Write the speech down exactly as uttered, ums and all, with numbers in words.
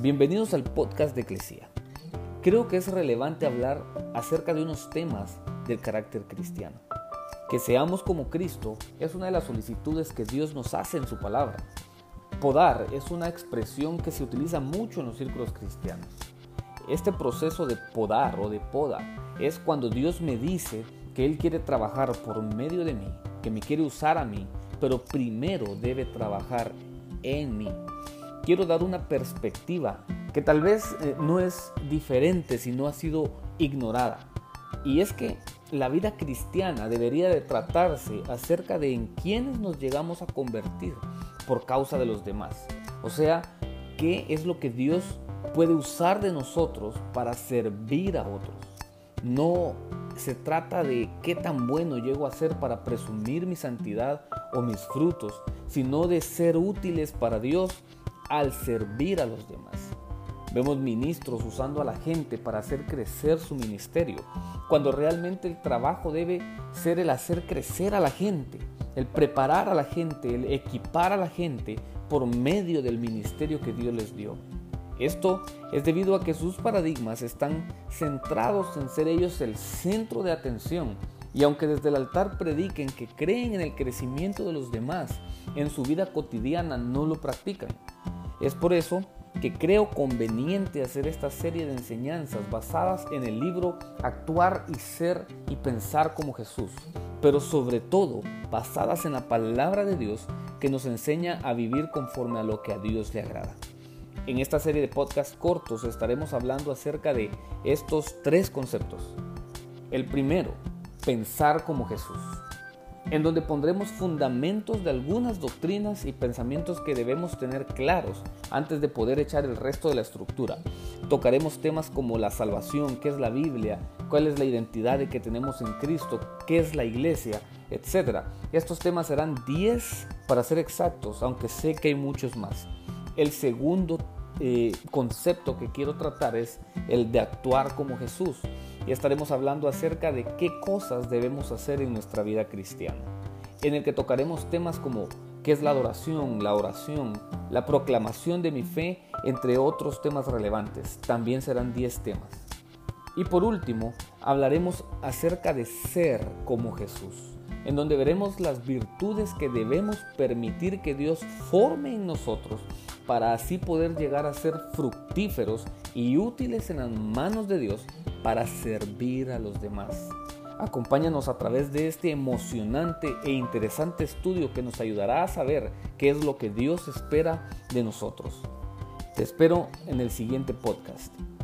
Bienvenidos al podcast de Eclesia. Creo que es relevante hablar acerca de unos temas del carácter cristiano. Que seamos como Cristo es una de las solicitudes que Dios nos hace en su palabra. Podar es una expresión que se utiliza mucho en los círculos cristianos. Este proceso de podar o de poda es cuando Dios me dice que Él quiere trabajar por medio de mí, que me quiere usar a mí, pero primero debe trabajar en mí. Quiero dar una perspectiva que tal vez eh, no es diferente si no ha sido ignorada. Y es que la vida cristiana debería de tratarse acerca de en quiénes nos llegamos a convertir por causa de los demás. O sea, qué es lo que Dios puede usar de nosotros para servir a otros. No se trata de qué tan bueno llego a ser para presumir mi santidad o mis frutos, sino de ser útiles para Dios al servir a los demás. Vemos ministros usando a la gente para hacer crecer su ministerio, cuando realmente el trabajo debe ser el hacer crecer a la gente, el preparar a la gente, el equipar a la gente por medio del ministerio que Dios les dio. Esto es debido a que sus paradigmas están centrados en ser ellos el centro de atención, y aunque desde el altar prediquen que creen en el crecimiento de los demás, en su vida cotidiana no lo practican. Es por eso que creo conveniente hacer esta serie de enseñanzas basadas en el libro Actuar y Ser y Pensar como Jesús, pero sobre todo basadas en la palabra de Dios que nos enseña a vivir conforme a lo que a Dios le agrada. En esta serie de podcasts cortos estaremos hablando acerca de estos tres conceptos. El primero, pensar como Jesús, en donde pondremos fundamentos de algunas doctrinas y pensamientos que debemos tener claros antes de poder echar el resto de la estructura. Tocaremos temas como la salvación, qué es la Biblia, cuál es la identidad que tenemos en Cristo, qué es la iglesia, etcétera. Estos temas serán diez para ser exactos, aunque sé que hay muchos más. El segundo eh, concepto que quiero tratar es el de actuar como Jesús. Y estaremos hablando acerca de qué cosas debemos hacer en nuestra vida cristiana, en el que tocaremos temas como qué es la adoración, la oración, la proclamación de mi fe, entre otros temas relevantes. También serán diez temas. Y por último, hablaremos acerca de ser como Jesús, en donde veremos las virtudes que debemos permitir que Dios forme en nosotros para así poder llegar a ser fructíferos y útiles en las manos de Dios para servir a los demás. Acompáñanos a través de este emocionante e interesante estudio que nos ayudará a saber qué es lo que Dios espera de nosotros. Te espero en el siguiente podcast.